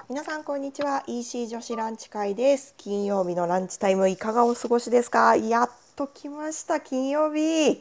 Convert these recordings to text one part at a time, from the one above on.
皆さんこんにちは。 EC 女子ランチ会です。金曜日のランチタイムいかがお過ごしですか？やっと来ました金曜日。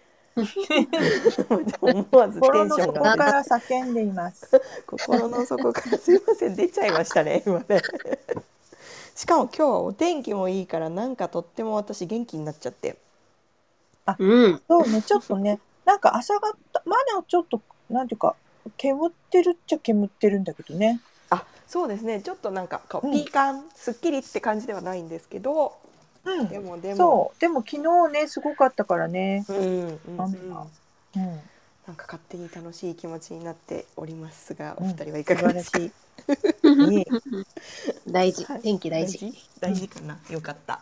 思わずテ心のンションが出て、 底から叫んでいます。 心の底からすいません、出ちゃいましたね今ね。しかも今日はお天気もいいからなんかとっても私元気になっちゃって。 あ、 うん。 そうね、ちょっとね、なんか朝方、まだちょっと、なんていうか、煙ってるっちゃ煙ってるんだけどね。 あ、そうですね、ちょっとなんかこううん、 ピーカンすっきりって感じではないんですけど、 うん。 でもそう。でも昨日ね、すごかったからね、 うんうんうん雨が。うん、 なんか勝手に楽しい気持ちになっておりますが、おうん。 二人はいか素がですか？ 晴らしい。いい。 大事。 はい、 天気大事。 大事うん。 大事かな、よかった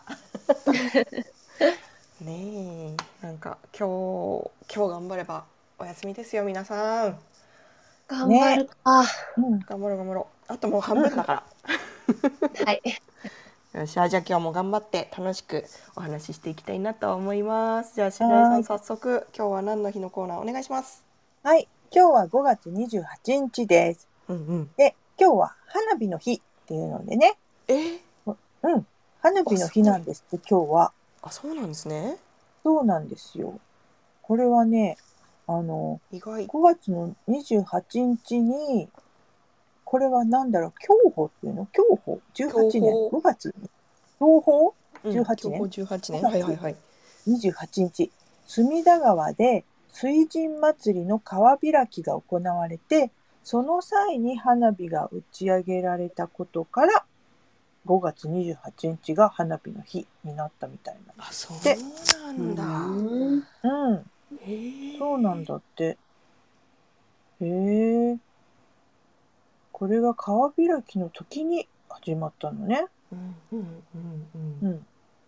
ねえ、なんか今日頑張ればお休みですよ皆さん。 頑張ね。 るか。 うん、 頑張ろう頑張ろう、あともう半うん。 分だかはい。 ら。よし、じゃあ今日も頑張って楽しくお話ししていきたいなと思います。じゃあ白井さはーい。 ん、早速今日は何の日のコーナーお願いします。 はい。今日は5月28日です。 うんうん。 で、今日は花火の日っていうのでね。 えうん。花火の日あ、すごい。 なんですって、今日は。 あ、そうなんですね。 そうなんですよ。これはね、 意外。 5月の28日に、これは何だろう、享保っていうの享保享 ?18 年保。 5月に享保うん、 ?18 享保年 18年。はいはい 5月はい。 28日、隅田川で水神祭りの川開きが行われて、その際に花火が打ち上げられたことから、5月28日が花火の日になったみたいなんあ、 ですそうって。 うなんだ。 ーん。 うん、 へそうなんえ。 だって。へえ、これが川開きの時に始まったのね。 うんうんうんうん。 うん。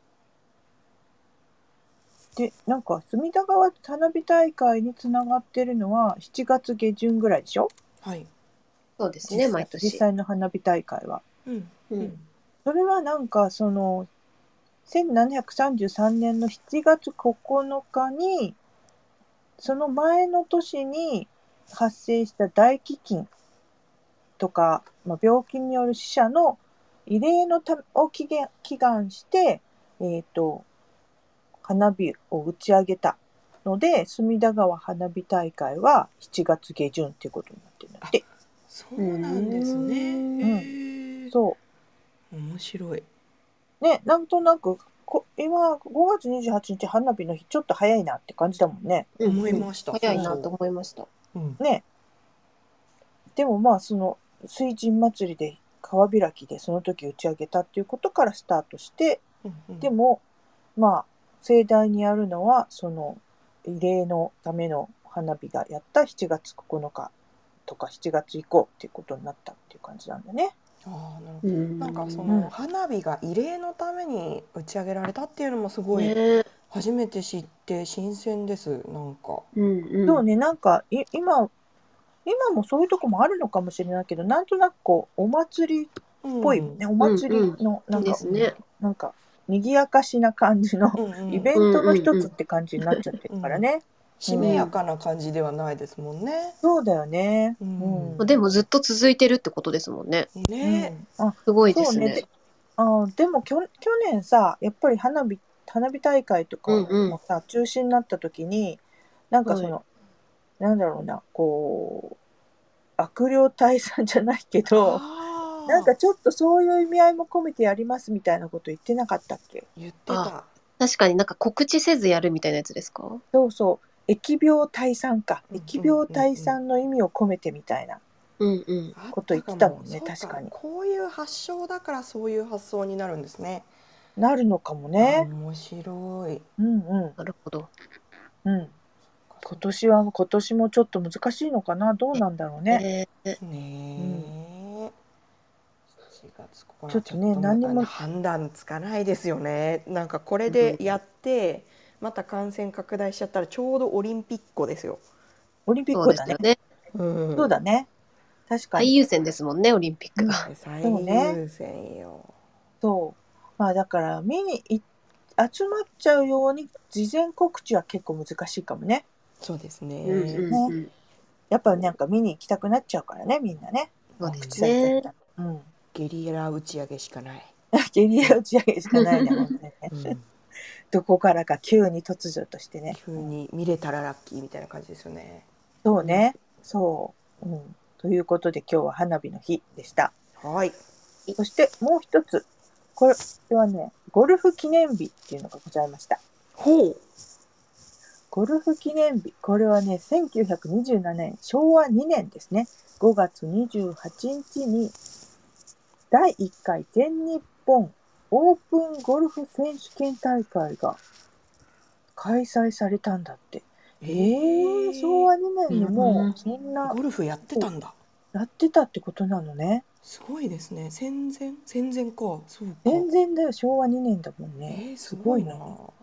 で、なんか隅田川花火大会につながってるのは7月下旬ぐらいでしょ？ はい。 そうですね、毎実年。 際の花火大会は。 うんうん。 うん。 それはなんかその1733年の7月9日に、その前の年に発生した大飢饉とか、病気による死者の慰霊のたを祈願して、えっと、花火を打ち上げたので、隅田川花火大会は7月下旬っていうことになってるんだっあ、 て。 そううなんですね。 ーん。 うん。 へえ。 そ面白い。 う。ね、なんとなく、今、5月28日花火の日、ちょっと早いなって感じだもんね。 思いうんうん。 ました。そうそ早いなと思いました。 う。うん。 ね。でもその水神祭りで川開きでその時打ち上げたっていうことからスタートして、 うんうん。 でも、盛大にやるのは、その慰霊のための花火がやった7月9日とか7月以降っていうことになったっていう感じなんだね。 ああ、なるほうーど。なんかそん。 のうん。 花火が慰霊のために打ち上げられたっていうのもすごいねえ。 初めて知って新鮮です。なんか。 うんうん。 そうね、なんか今もそういうとこもあるのかもしれないけど、なんとなくこう、お祭りっうぽいもんね。 ん。 おうん祭うん。 りの、なんか、 ですね。 なんか、賑やかしな感じのうんうイん。 ベントの一つって感じになっちゃってるうん。 からね。うしめやん。 かな感じではないですもんね。 そうだよね。 ううん。 ん。 でもずっと続いてるってことですもんね。 うね。 ん。あ、 すごいでそうね。 すね。 でも去年さ、やっぱり花火大会とかうんうん。 もさ、中止になった時に、なんかはい。 その、なんだろうな、こう、悪霊退散じゃないけど、なんああ、 かちょっとそういう意味合いも込めてやりますみたいなこと言ってなかったっけ？ 言ってあ、 た。 確かになんか告知せずやるみたいなやつですか？ そうそう。疫病退散か。 うんう疫んうん病退うん。 散の意味を込めてみたいなうんうん。 あっこと言ってたかも。 たもんね、 そうか。 確かに。 こういう発祥だからそういう発想になるんですね。 なるのかもあ、 ね。 面白い。 うんうなるほど。 ん。うん。今年もちょっと難しいのかな。どうなんだろうね。うん。 ねえ。7月、ここちょっとね、 はちょっと何にも、 判断つかないですよね。なんかこれうん。 でやってまた感染拡大しちゃったらちょうどオリンピックですよ。 オリンピッそうクだね。 ですよね。 うん。 そうだね。確かに。 最優先ですもんね、オリンピックうん。 が。 そうね。 最優先よ。 そう。だから集まっちゃうように事前告知は結構難しいかもね。 そうですうんね。 ね。 うんうん。 やっぱなんか見に行きたくなっちゃうからね、みんなね。 そうです告知されちゃっね。 たら。 うんゲリラ打ち上げしかない。 ゲリラ打ち上げしかないね本当にねうん、 どこからか急に突如としてね。 急に見れたらラッキーみたいな感じですよね。 そうね、そう、ということで今日は花火の日でした。 はい。 そしてもう一つ、これはね、ゴルフ記念日っていうのがございました。 ほう。 ゴルフ記念日、これはね、1927年、昭和2年ですね、5月28日に第1回全日本オープンゴルフ選手権大会が開催されたんだって。昭和2年にもうそんなゴルフやってたんだ。 やってたってことなのね。 すごいですね。戦前か。そうか。 全然だよ、昭和2年だもんね。 すごいな。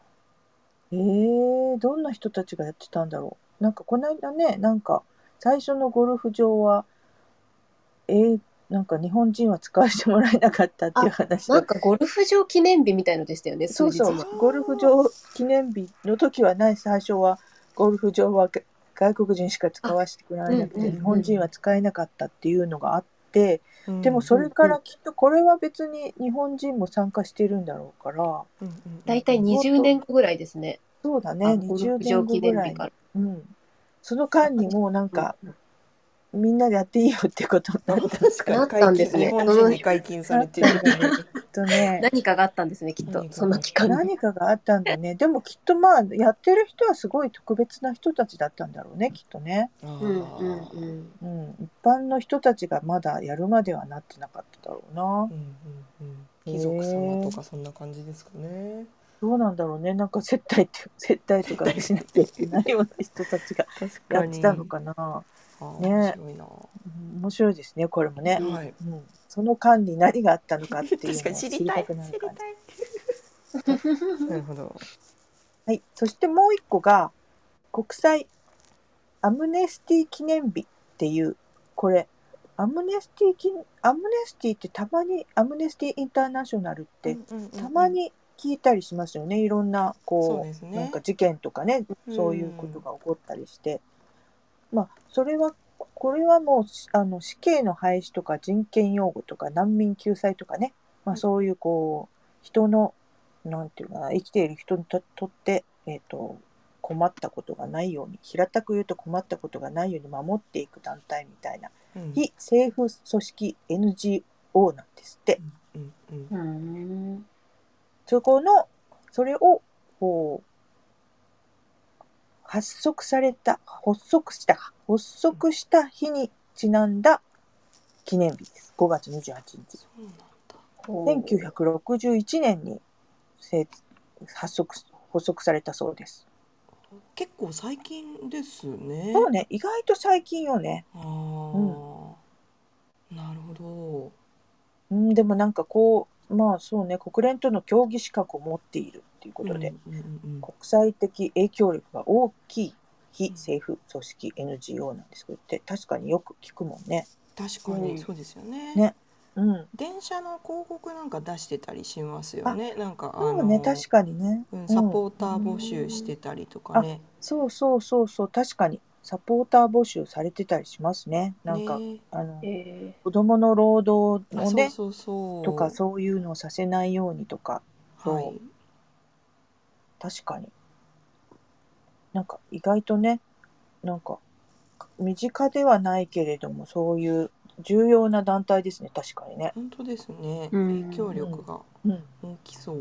どんな人たちがやってたんだろう。なんかこの間ね、なんか最初のゴルフ場は、なんか日本人は使わせてもらえなかったっていう話なんかゴルフ場記念日みたいのでしたよね、数日前。 ゴルフ場記念日の時はない、最初はゴルフ場は外国人しか使わせてくれなくて、日本人は使えなかったっていうのがあって、でもそれからきっとこれは別に日本人も参加してるんだろうから、 だいたい20年後ぐらいですね。 そうだね、20年後ぐらいに、その間にもうなんか、みんなでやっていいよってことになった。 確かになったんですね。 日本人に解禁されてる。 何かがあったんですね、きっと。その期間に。 何かがあったんだね。でもきっとまあ、やってる人はすごい特別な人たちだったんだろうね、きっとね。一般の人たちがまだやるまではなってなかっただろうな。 貴族様とかそんな感じですかね。 どうなんだろうね。なんか接待とかしなきゃいけないような人たちがやってたのかな。ね、面白いですね、これもね。その間に何があったのかっていうのを知りたくなる感じ。 なるほど。 はい、そしてもう一個が国際アムネスティ記念日っていう、これアムネスティってたまにアムネスティインターナショナルってたまに聞いたりしますよね。いろんななんか事件とかね、そういうことが起こったりして、まあこれはもう死刑の廃止とか人権擁護とか難民救済とかね、そういう人のなんていうかな、生きている人にとって困ったことがないように、平たく言うと困ったことがないように守っていく団体みたいな、非政府組織 NGO なんですって。それを発足した日にちなんだ記念日です。5月28日。1961年に発足されたそうです。 結構最近ですね。 そうね、意外と最近よね。 なるほど。でもなんかまあそうね、国連との協議資格を持っているっていうことで、国際的影響力が大きい非政府組織 NGO なんですけど、確かによく聞くもんね。 確かにそうですよね。 ね。 電車の広告なんか出してたりしますよね。なんかそうね、確かにね。 サポーター募集してたりとかね。 そう、確かにサポーター募集されてたりしますね。なんか子供の労働のねとか、そういうのをさせないようにとか、確かになんか意外とね、なんか身近ではないけれどもそういう重要な団体ですね。確かにね。 本当ですね。影響力が大きそう。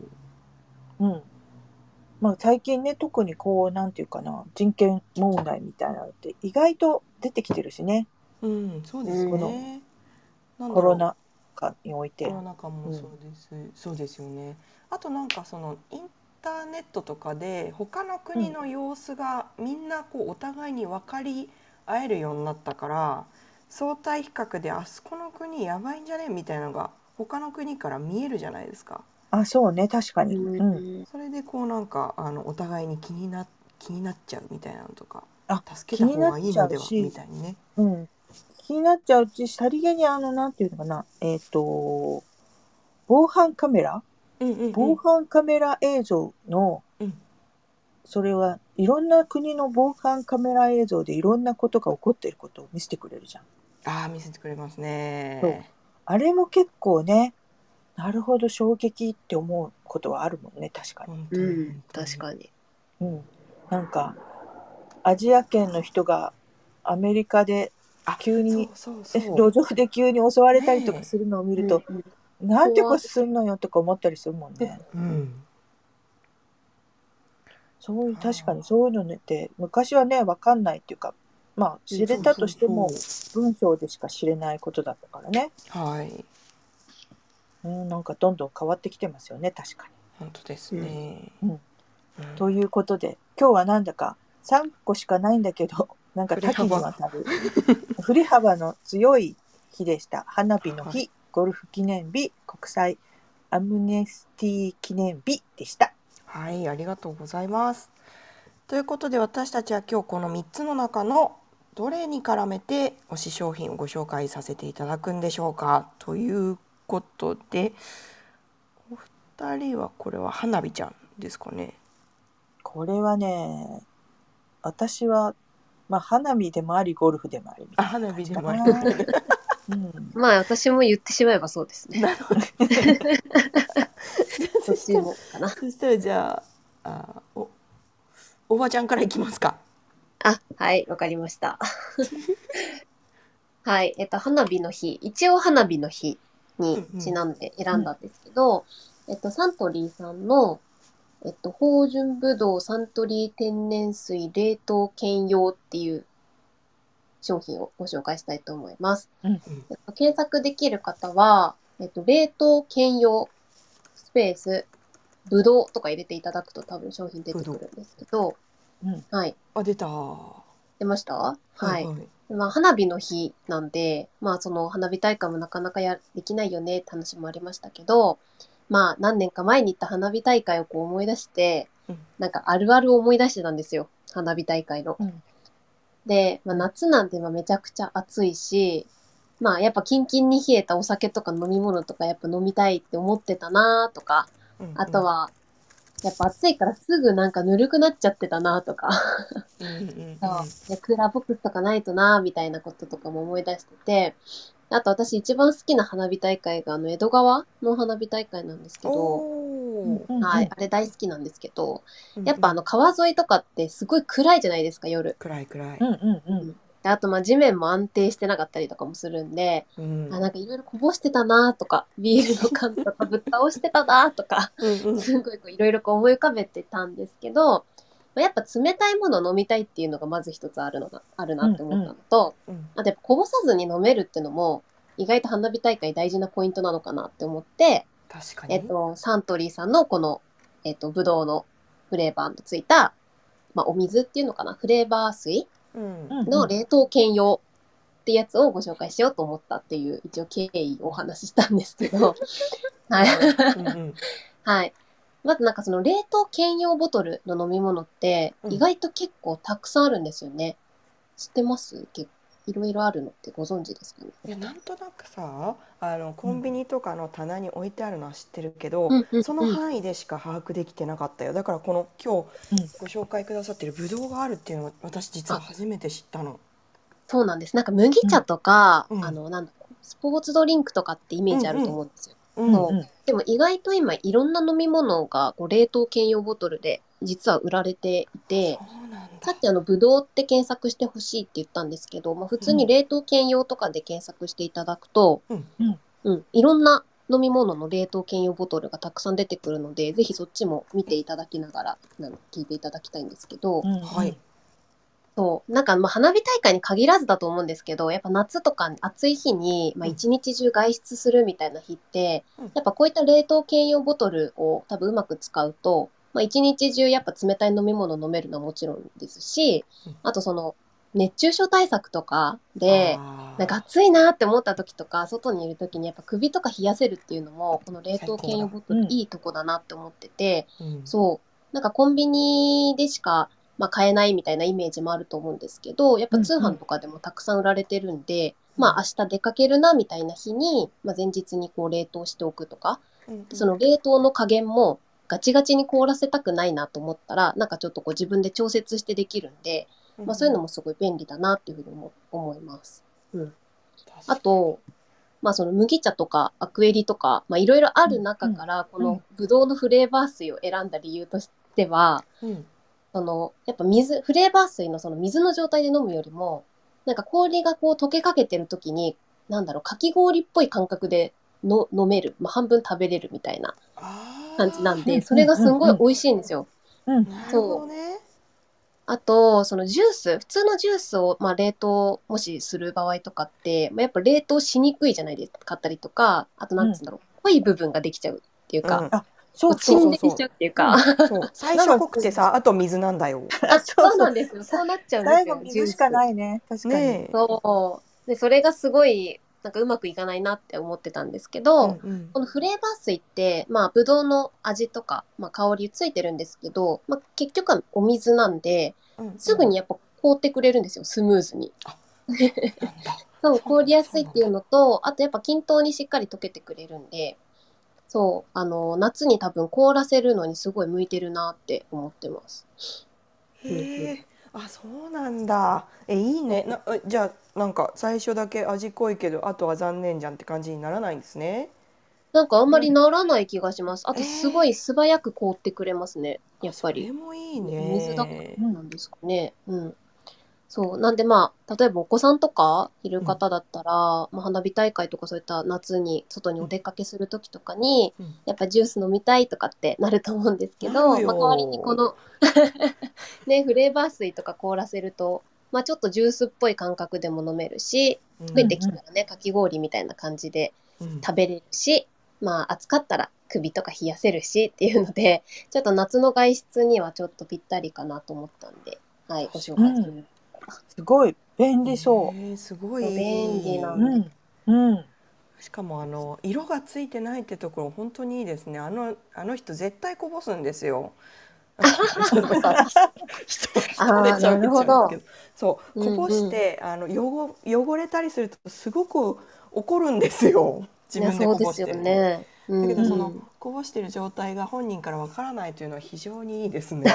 まあ最近ね、特になんていうかな、人権問題みたいなのって意外と出てきてるしね。 そうですね。 コロナ禍において。 コロナ禍もそうですよね。あとなんかインターネットとかで他の国の様子がみんなお互いに分かり合えるようになったから、相対比較であそこの国やばいんじゃねみたいなのが他の国から見えるじゃないですか。 そうね、確かに。 それでなんかお互いに気になっちゃうみたいなのとか、助けた方がいいのではみたいにね。 気になっちゃうし、さりげになんていうのかな、防犯カメラ映像の、それはいろんな国の防犯カメラ映像でいろんなことが起こっていることを見せてくれるじゃん。 見せてくれますね。 あれも結構ね、なるほど衝撃って思うことはあるもんね、確かに。 本当にうん、確かに。 なんかアジア圏の人がアメリカで急にそうそうそう路上で急に襲われたりとかねするのを見うんると、なんてこ怖い。 とすんのよとか思ったりするもんね。 え、うんそういう、確かにそういうのって昔はね、わかんないっていうか、まあ知れたとしてもそう文章でしか知れないことだったからね。 はいなんかどんどん変わってきてますよね、確か本当ですね、 に。ということで、今日はなんだか3個しかないんだけど、なんか多岐にわたる振り幅の強い日でした。花火の日、 はいゴルフ記念日、国際アムネスティ記念日でした。 はい、ありがとうございます。ということで私たちは今日この3つの中のどれに絡めて推し商品をご紹介させていただくんでしょうかということで、お二人はこれは花火ちゃんですかね。 これはね、私は、まあ、花火でもありゴルフでもありみたいな花感じか火でもありな。 まあ私も言ってしまえばそうですね。 なるほどそっちもかな。 そしたらじゃあ、おばちゃんからいきますか。 はい、わかりました。はい、花火の日。一応花火の日にちなんで選んだんですけど、サントリーさんの、芳醇ぶどうサントリー天然水冷凍兼用っていう商品をご紹介したいと思います。検索できる方は、冷凍兼用スペースぶどうとか入れていただくと多分商品出てくるんですけど、はい。 出た。は出ました？はい。 い。 まあ、花火の日なんで、まあ、その花火大会もなかなかできないよねって話もありましたけど、まあ、何年か前に行った花火大会をこう思い出して、なんかあるある思い出してたんですよ。花火大会の。で、まあ、夏なんてめちゃくちゃ暑いし、まあ、やっぱキンキンに冷えたお酒とか飲み物とかやっぱ飲みたいって思ってたなとか、あとは、やっぱ暑いからすぐなんかぬるくなっちゃってたなとかで、クーラーボックスとかないとなみたいなこととかも思い出してて、あと私一番好きな花火大会が江戸川の花火大会なんですけど、はい、あれ大好きなんですけど、やっぱ川沿いとかってすごい暗いじゃないですか、夜。 暗い。 で、あとまあ地面も安定してなかったりとかもするんで、なんかいろいろこぼしてたなとか、ビールの缶とかぶっ倒してたなとか、すごいいろいろ思い浮かべてたんですけど、やっぱ冷たいものを飲みたいっていうのがまず一つあるなって思ったのと、あとやっぱこぼさずに飲めるっていうのも、意外と花火大会大事なポイントなのかなって思って、 確かに。 サントリーさんのこの、ぶどうのフレーバーのついた、まあ、お水っていうのかな、フレーバー水の冷凍兼用ってやつをご紹介しようと思ったっていう、一応経緯をお話ししたんですけど、はい。はい。まずなんかその冷凍兼用ボトルの飲み物って意外と結構たくさんあるんですよね。知ってます？いろいろあるのってご存知ですかね？ いや、なんとなくさ、コンビニとかの棚に置いてあるのは知ってるけど、その範囲でしか把握できてなかったよ。だからこの今日ご紹介くださってるぶどうがあるっていうのは私実は初めて知ったの。 そうなんです。なんか麦茶とか、なんだスポーツドリンクとかってイメージあると思うんですよ。でも意外と今いろんな飲み物が冷凍兼用ボトルで実は売られていて、さっきぶどうって検索してほしいって言ったんですけど、まあ、普通に冷凍兼用とかで検索していただくと、いろんな飲み物の冷凍兼用ボトルがたくさん出てくるので、ぜひそっちも見ていただきながら聞いていただきたいんですけど、 はい。 そう。なんか、まあ、花火大会に限らずだと思うんですけど、やっぱ夏とか暑い日に、まあ、一日中外出するみたいな日って、やっぱこういった冷凍兼用ボトルを多分うまく使うと、まあ、一日中やっぱ冷たい飲み物飲めるのはもちろんですし、あとその、熱中症対策とかで、なんか暑いなって思った時とか、外にいる時にやっぱ首とか冷やせるっていうのも、この冷凍兼用ボトルいいとこだなって思ってて、そう。なんかコンビニでしか、まあ、買えないみたいなイメージもあると思うんですけど、やっぱ通販とかでもたくさん売られてるんで、まあ明日出かけるなみたいな日に、まあ、前日に冷凍しておくとか、その冷凍の加減もガチガチに凍らせたくないなと思ったら、なんかちょっと自分で調節してできるんで、まあそういうのもすごい便利だなっていうふうに思います。あと、 その麦茶とかアクエリとか、いろいろある中からこのブドウのフレーバー水を選んだ理由としては、やっぱフレーバー水のその水の状態で飲むよりも、なんか氷がこう溶けかけてる時に、かき氷っぽい感覚で飲める。半分食べれるみたいな感じなんで、それがすんごい美味しいんですよ。 なるほどね。 あと、そのジュース、普通のジュースを、冷凍もしする場合とかって、やっぱ冷凍しにくいじゃないですか、買ったりとか、あとなんつうんだろう、濃い部分ができちゃうっていうか、沈殿しちゃうっていうか。 最初濃くてさ、あと水なんだよ。 そうなんですよ。そうなっちゃうんですよ。 最後水しかないね。確かに。 ねえ。 そう。で、それがすごい、うまくいかないなって思ってたんですけど、このフレーバー水って、ブドウの味とか、香りついてるんですけど、結局はお水なんで、すぐにやっぱ凍ってくれるんですよ、スムーズに。そう、凍りやすいっていうのと、あとやっぱ均等にしっかり溶けてくれるんで、そう、夏に多分凍らせるのにすごい向いてるなって思ってます。 へえ。あ、そうなんだ。いいね。じゃあなんか最初だけ味濃いけどあとは残念じゃんって感じにならないんですね。 あんまりならない気がします。あとすごい素早く凍ってくれますね。やっぱり。 それもいい水だからね。 なんですかね。そう。なんで例えばお子さんとかいる方だったら、花火大会とかそういった夏に外にお出かけするときとかに、やっぱジュース飲みたいとかってなると思うんですけど、代わりにこのね、フレーバー水とか凍らせると、ちょっとジュースっぽい感覚でも飲めるし、溶けてきたらね、かき氷みたいな感じで食べれるし、暑かったら首とか冷やせるしっていうので、ちょっと夏の外出にはちょっとぴったりかなと思ったんで、はい、ご紹介してみます。 すごい便利そう。 すごい便利なんで。 しかも色がついてないってところ本当にいいですね。あの人絶対こぼすんですよ。ちょっとさ、人で喋っちゃうんですけど、そうこぼして、汚れたりするとすごく怒るんですよ。自分でこぼしてると。だけどそのこぼしてる状態が本人からわからないというのは非常にいいですね。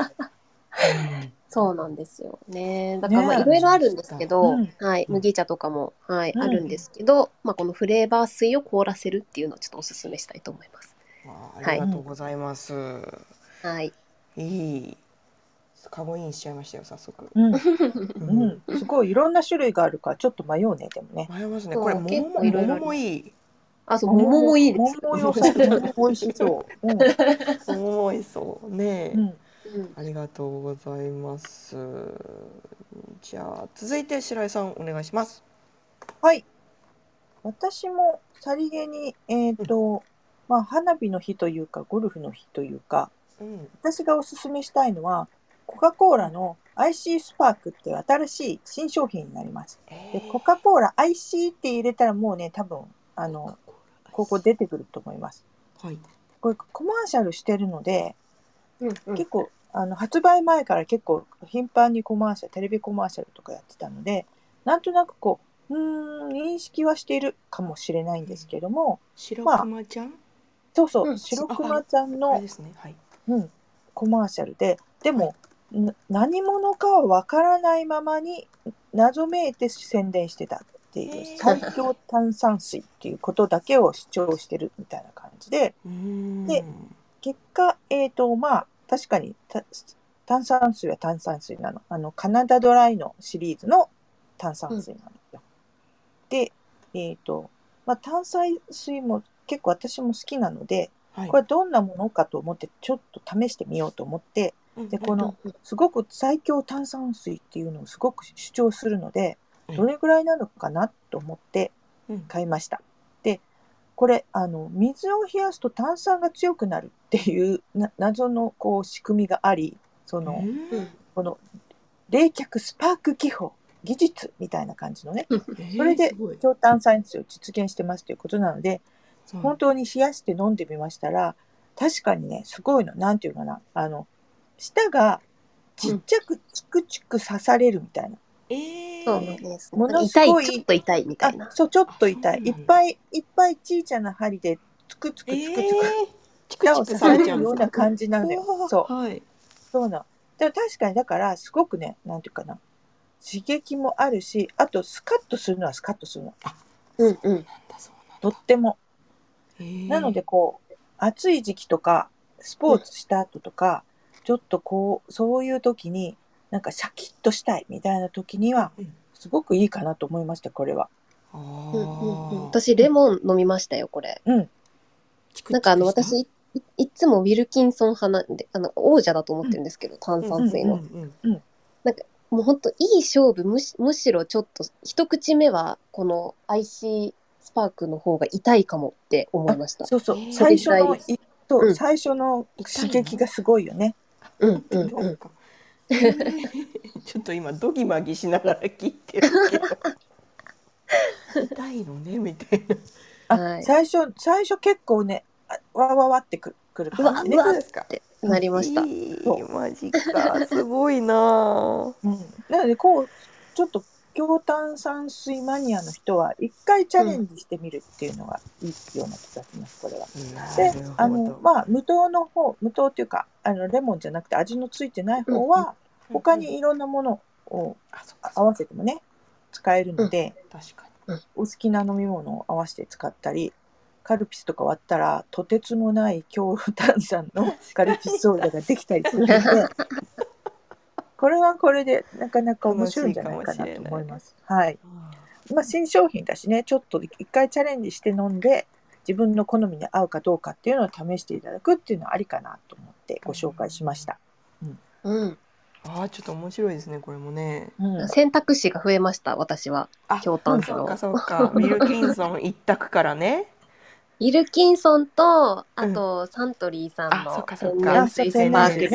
そうなんですよね。だからいろいろあるんですけど、はい、麦茶とかも、はい、あるんですけど、このフレーバー水を凍らせるっていうのをちょっとおすすめしたいと思います。 ありがとうございます。 はい。 いい。カゴインしちゃいましたよ、早速。 すごいいろんな種類があるからちょっと迷うね、でもね。 迷いますね。これ桃もいい。 あ、そう、桃もいいです。 桃良さそう。桃美味しそう。 桃も美味しそうね。ありがとうございます。じゃあ続いて白井さんお願いします。 はい。私もさりげに花火の日というかゴルフの日というか、私がおすすめしたいのはコカ・コーラのアイシースパークっていう新しい新商品になります。でコカ・コーラアイシーって入れたらもうね多分ここ出てくると思います。これコマーシャルしてるので、結構発売前から結構頻繁にテレビコマーシャルとかやってたので、なんとなく認識はしているかもしれないんですけども、 白熊ちゃん、 そうそう、白熊ちゃんの、コマーシャルで、でも、何者かはわからないままに謎めいて宣伝してたっていう、最強炭酸水っていうことだけを主張してるみたいな感じで、で結果確かに炭酸水は炭酸水なの。カナダドライのシリーズの炭酸水なんですよ。で、炭酸水も結構私も好きなので、これどんなものかと思ってちょっと試してみようと思って、でこのすごく最強炭酸水っていうのをすごく主張するので、どれぐらいなのかなと思って買いました。でこれ水を冷やすと炭酸が強くなるっていう謎の仕組みがあり、この冷却スパーク気泡技術みたいな感じのね、それで強炭酸水を実現してますということなので、本当に冷やして飲んでみましたら、確かにねすごいの、なんていうかな、舌がちっちゃくチクチク刺されるみたいな。 そうですね。 ものすごいちょっと痛いみたいな。 そう、ちょっと痛い。いっぱい小さな針でつくつく舌を刺されるような感じなのよ。そうなの。でも確かにだからすごくね、なんていうかな、刺激もあるし、あとスカッとするのはスカッとするの。 うんうん。 そうとっても。 なんだ。 なので暑い時期とかスポーツした後とか、ちょっとそういう時になんかシャキッとしたいみたいな時にはすごくいいかなと思いました、これは。 私レモン飲みましたよ、これ。 うん。 なんか私いつもウィルキンソン派なんで、王者だと思ってるんですけど、炭酸水の。なんかもう本当いい勝負、むしろちょっと一口目はこのアイシースパークの方が痛いかもって思いました。 そうそう。 それぐらい最初の刺激がすごいよね。 ちょっと今ドギマギしながら聞いてるけど痛いのねみたいな。 最初結構ね、わわわってくる感じね。 うわってなりました。 マジか、すごいな。 なのでちょっと強炭酸水マニアの人は一回チャレンジしてみるっていうのがいいような気がします、これは。で、無糖っていうかレモンじゃなくて味のついてない方は、他にいろんなものを合わせてもね使えるので、お好きな飲み物を合わせて使ったり、カルピスとか割ったらとてつもない強炭酸のカルピスソーダができたりするのでこれはこれでなかなか面白いんじゃないかなと思います。はい。新商品だしね、ちょっと一回チャレンジして飲んで自分の好みに合うかどうかっていうのを試していただくっていうのはありかなと思ってご紹介しました。 ちょっと面白いですね、これもね。 選択肢が増えました、私は。強炭酸の。 そうか。ウィルキンソン一択からね。 ウィルキンソンと、あと、サントリーさんの天然水スパークル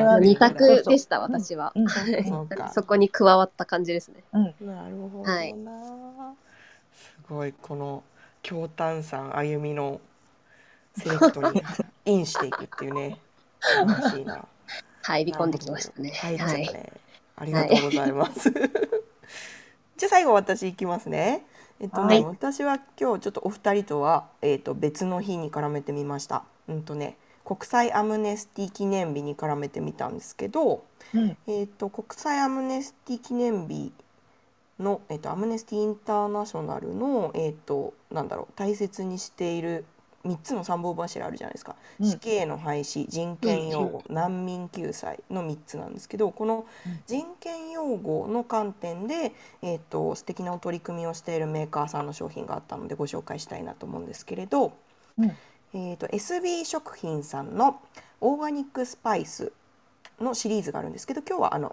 2択でした、私は。そこに加わった感じですね。 なるほどな。すごい、この強炭酸歩みのセレクトにインしていくっていうね。素晴らしいな。 入り込んできましたね。 入っちゃったね。ありがとうございます。じゃあ最後私いきますね。私は今日ちょっとお二人とは、別の日に絡めてみました。国際アムネスティ記念日に絡めてみたんですけど、国際アムネスティ記念日の、アムネスティインターナショナルの、大切にしている3つの3本柱あるじゃないですか。死刑の廃止、人権擁護、難民救済の3つなんですけど、この人権擁護の観点で、素敵な取り組みをしているメーカーさんの商品があったのでご紹介したいなと思うんですけれど、SB 食品さんのオーガニックスパイスのシリーズがあるんですけど、今日は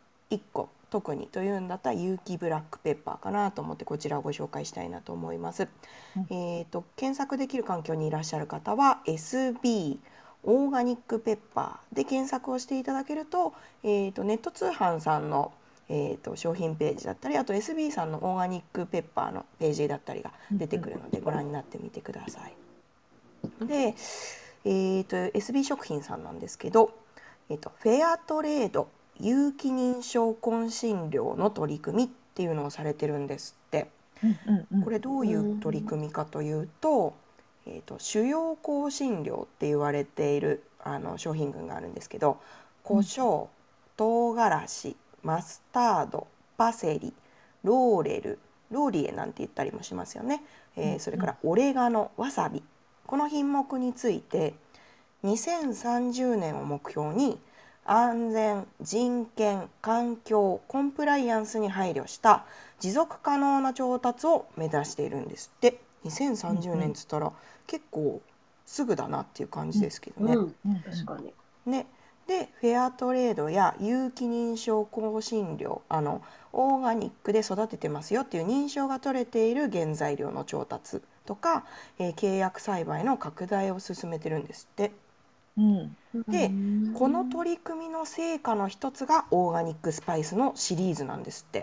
1個特にというんだったら有機ブラックペッパーかなと思ってこちらをご紹介したいなと思います。検索できる環境にいらっしゃる方は SB オーガニックペッパーで検索をしていただけると、ネット通販さんの、商品ページだったり、あと SB さんのオーガニックペッパーのページだったりが出てくるのでご覧になってみてください。で、SB 食品さんなんですけど、フェアトレード有機認証香辛料の取り組みっていうのをされてるんですって。これどういう取り組みかというと、主要香辛料って言われている商品群があるんですけど、胡椒、唐辛子、マスタード、パセリ、ローレル、ローリエなんて言ったりもしますよね。それからオレガノ、わさび、この品目について2030年を目標に安全、人権、環境、コンプライアンスに配慮した持続可能な調達を目指しているんですって。2030年っつったら結構すぐだなっていう感じですけどね。 確かに。 ね。でフェアトレードや有機認証香辛料、オーガニックで育ててますよっていう認証が取れている原材料の調達とか、契約栽培の拡大を進めてるんですって。でこの取り組みの成果の一つがオーガニックスパイスのシリーズなんですって。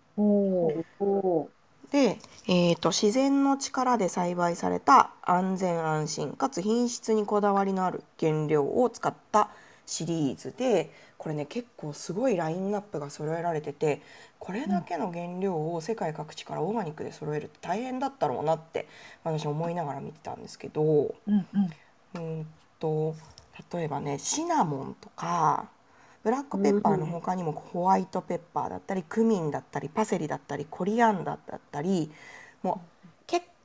で、自然の力で栽培された安全安心かつ品質にこだわりのある原料を使ったシリーズで、これね結構すごいラインナップが揃えられてて、これだけの原料を世界各地からオーガニックで揃えるって大変だったろうなって私思いながら見てたんですけど、例えばねシナモンとかブラックペッパーの他にもホワイトペッパーだったりクミンだったりパセリだったりコリアンダーだったり、もう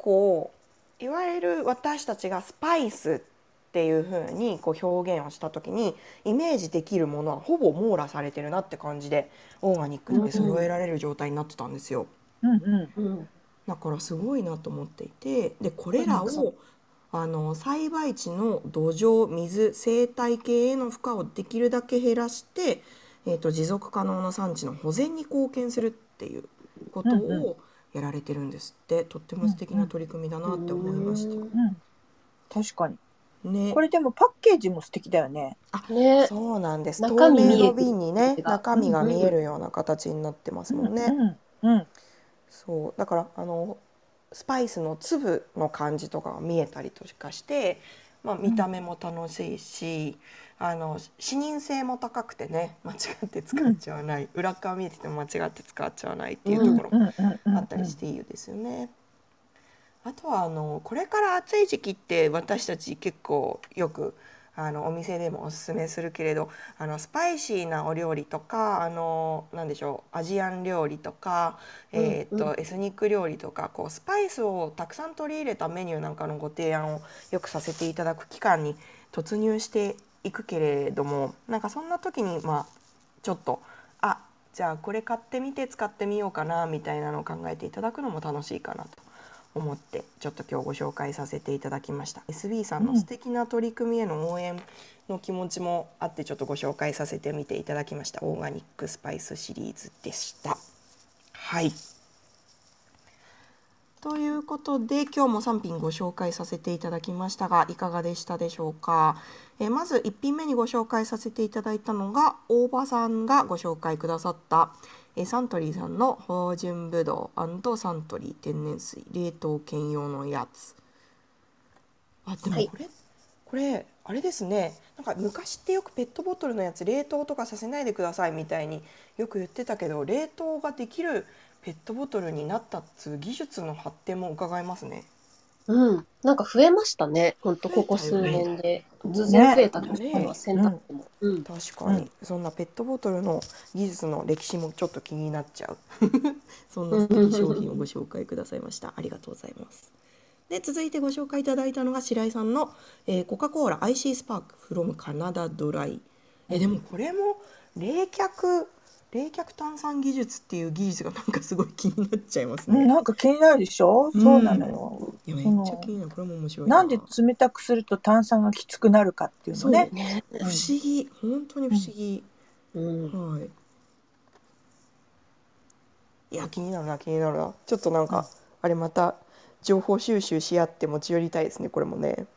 構いわゆる私たちがスパイスっていう風にこう表現をした時にイメージできるものはほぼ網羅されてるなって感じで、オーガニックって揃えられる状態になってたんですよ。だからすごいなと思っていて、でこれらを栽培地の土壌、水、生態系への負荷をできるだけ減らして、持続可能な産地の保全に貢献するっていうことをやられてるんですって。とっても素敵な取り組みだなって思いました。 確かに。 ね、 これでもパッケージも素敵だよね。 ね、 そうなんです。 中身透明の見えてる瓶にね、中身が見える。 るような形になってますもんね。そうだからスパイスの粒の感じとかが見えたりとかして、見た目も楽しいし、視認性も高くてね、間違って使っちゃわない、裏側見えてても間違って使っちゃわないっていうところもあったりしていいですよね。あとはこれから暑い時期って私たち結構よくお店でもおすすめするけれど、スパイシーなお料理とかなんでしょう、アジアン料理とか、エスニック料理とか、こうスパイスをたくさん取り入れたメニューなんかのご提案をよくさせていただく期間に突入していくけれども、なんかそんな時にちょっとじゃあこれ買ってみて使ってみようかなみたいなのを考えていただくのも楽しいかなと思ってちょっと今日ご紹介させていただきました。 SB さんの素敵な取り組みへの応援の気持ちもあってちょっとご紹介させてみていただきました。オーガニックスパイスシリーズでした。はい、ということで今日も3品ご紹介させていただきましたがいかがでしたでしょうか。まず1品目にご紹介させていただいたのが大場さんがご紹介くださったサントリーさんの芳醇ぶどう&サントリー天然水冷凍兼用のやつ。でもこれあれですね、なんか昔ってよくペットボトルのやつ冷凍とかさせないでくださいみたいによく言ってたけど、冷凍ができるペットボトルになったっつう技術の発展も伺えますね。 なんか増えましたね。本当ここ数年で突然増えたと思います。洗濯機も。 確かに、そんなペットボトルの技術の歴史もちょっと気になっちゃうそんな素敵商品をご紹介くださいました。ありがとうございます。で続いてご紹介いただいたのが白井さんの、コカ・コーラ IC スパークフロムカナダドライ。でもこれも冷却炭酸技術っていう技術がなんかすごい気になっちゃいますね。 なんか気になるでしょ。そうなのよ。 いやめっちゃ気になる。これも面白いなんで冷たくすると炭酸がきつくなるかっていうのね。 不思議、本当に不思議。はい。いや気になるな。ちょっとなんか、あれまた情報収集し合って持ち寄りたいですね。これもね。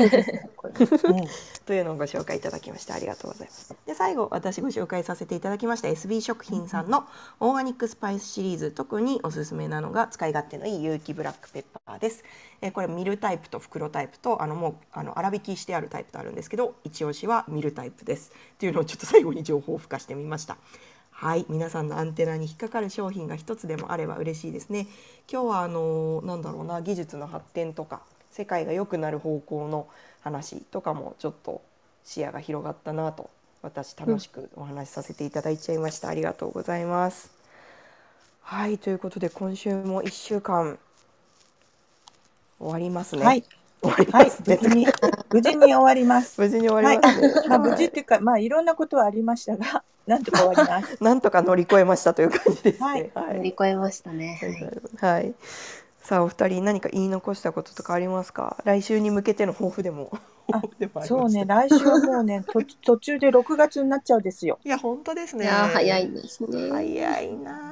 というのをご紹介いただきましてありがとうございます。で最後私ご紹介させていただきました SB 食品さんのオーガニックスパイスシリーズ、特におすすめなのが使い勝手のいい有機ブラックペッパーです。これミルタイプと袋タイプともう粗挽きしてあるタイプとあるんですけど、一押しはミルタイプですっていうのをちょっと最後に情報を付加してみました。はい、皆さんのアンテナに引っかかる商品が一つでもあれば嬉しいですね。今日はなんだろうな、技術の発展とか世界が良くなる方向の話とかもちょっと視野が広がったなと私楽しくお話しさせていただいちゃいました。ありがとうございます。はい、ということで今週も1週間終わりますね。 はい、 終わりますね。 無事に終わります。 無事に終わりますね。 無事っていうかいろんなことはありましたがなんとか終わります。 なんとか乗り越えましたという感じですね。 乗り越えましたね。 はい。さあお二人何か言い残したこととかありますか。来週に向けての抱負でも。 そうね、来週はもうね途中で6月になっちゃうですよ。 いや本当ですね。 いや早いですね。 早いな。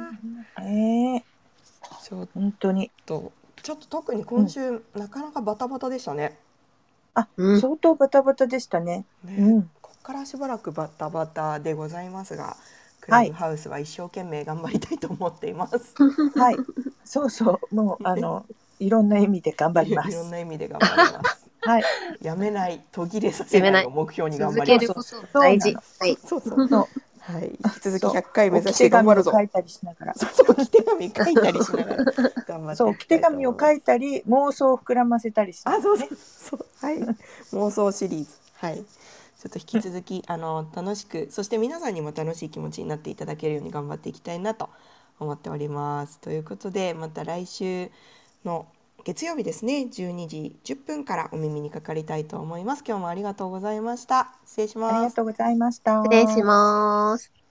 本当にちょっと特に今週、なかなかバタバタでしたね。 相当バタバタでしたね。 ここからしばらくバタバタでございますが、クラブハウスは一生懸命頑張りたいと思っています。 はい、そうもういろんな意味で頑張ります。 いろんな意味で頑張ります。はい、やめない、途切れさせないを目標に頑張ります。 続けること大事。 はい、そう。はい、引き続き100回目指して頑張るぞ。 置き手紙を書いたりしながら。 置き手紙書いたりしながら頑張って。 置き手紙を書いたり妄想を膨らませたりして、 そう。はい、妄想シリーズ。はい。ちょっと引き続き楽しく、そして皆さんにも楽しい気持ちになっていただけるように頑張っていきたいなと思っております。ということでまた来週の月曜日ですね、12時10分からお耳にかかりたいと思います。今日もありがとうございました。失礼しあります。 がとうございました。 失礼します。